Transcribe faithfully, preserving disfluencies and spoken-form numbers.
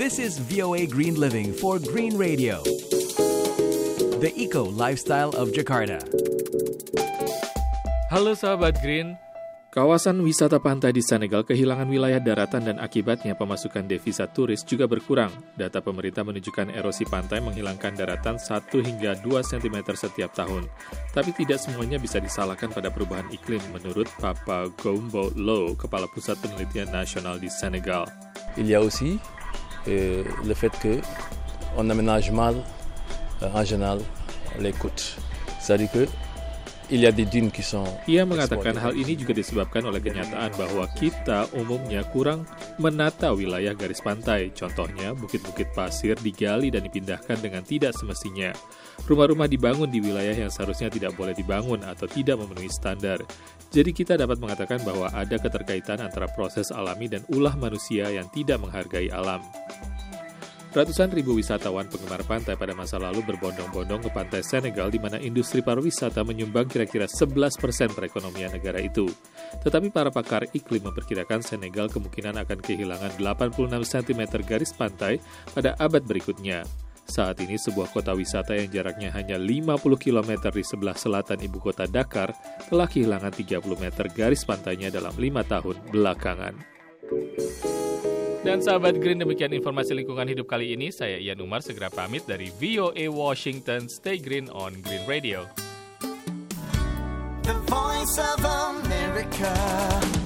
This is V O A Green Living for Green Radio, the eco lifestyle of Jakarta. Halo sahabat Green. Kawasan wisata pantai di Senegal kehilangan wilayah daratan dan akibatnya pemasukan devisa turis juga berkurang. Data pemerintah menunjukkan erosi pantai menghilangkan daratan satu hingga dua sentimeter setiap tahun. Tapi tidak semuanya bisa disalahkan pada perubahan iklim, menurut Papa Gombo Lo, Kepala Pusat Penelitian Nasional di Senegal. Il y a aussi euh, le fait que on aménage mal euh, en général les côtes. C'est-à-dire que Ia mengatakan hal ini juga disebabkan oleh kenyataan bahwa kita umumnya kurang menata wilayah garis pantai. Contohnya, bukit-bukit pasir digali dan dipindahkan dengan tidak semestinya. Rumah-rumah dibangun di wilayah yang seharusnya tidak boleh dibangun atau tidak memenuhi standar. Jadi kita dapat mengatakan bahwa ada keterkaitan antara proses alami dan ulah manusia yang tidak menghargai alam. Ratusan ribu wisatawan penggemar pantai pada masa lalu berbondong-bondong ke pantai Senegal di mana industri pariwisata menyumbang kira-kira sebelas persen perekonomian negara itu. Tetapi para pakar iklim memperkirakan Senegal kemungkinan akan kehilangan delapan puluh enam sentimeter garis pantai pada abad berikutnya. Saat ini sebuah kota wisata yang jaraknya hanya lima puluh kilometer di sebelah selatan ibu kota Dakar telah kehilangan tiga puluh meter garis pantainya dalam lima tahun belakangan. Dan sahabat Green, demikian informasi lingkungan hidup kali ini. Saya Ian Umar segera pamit dari V O A Washington. Stay green on Green Radio. The Voice of America.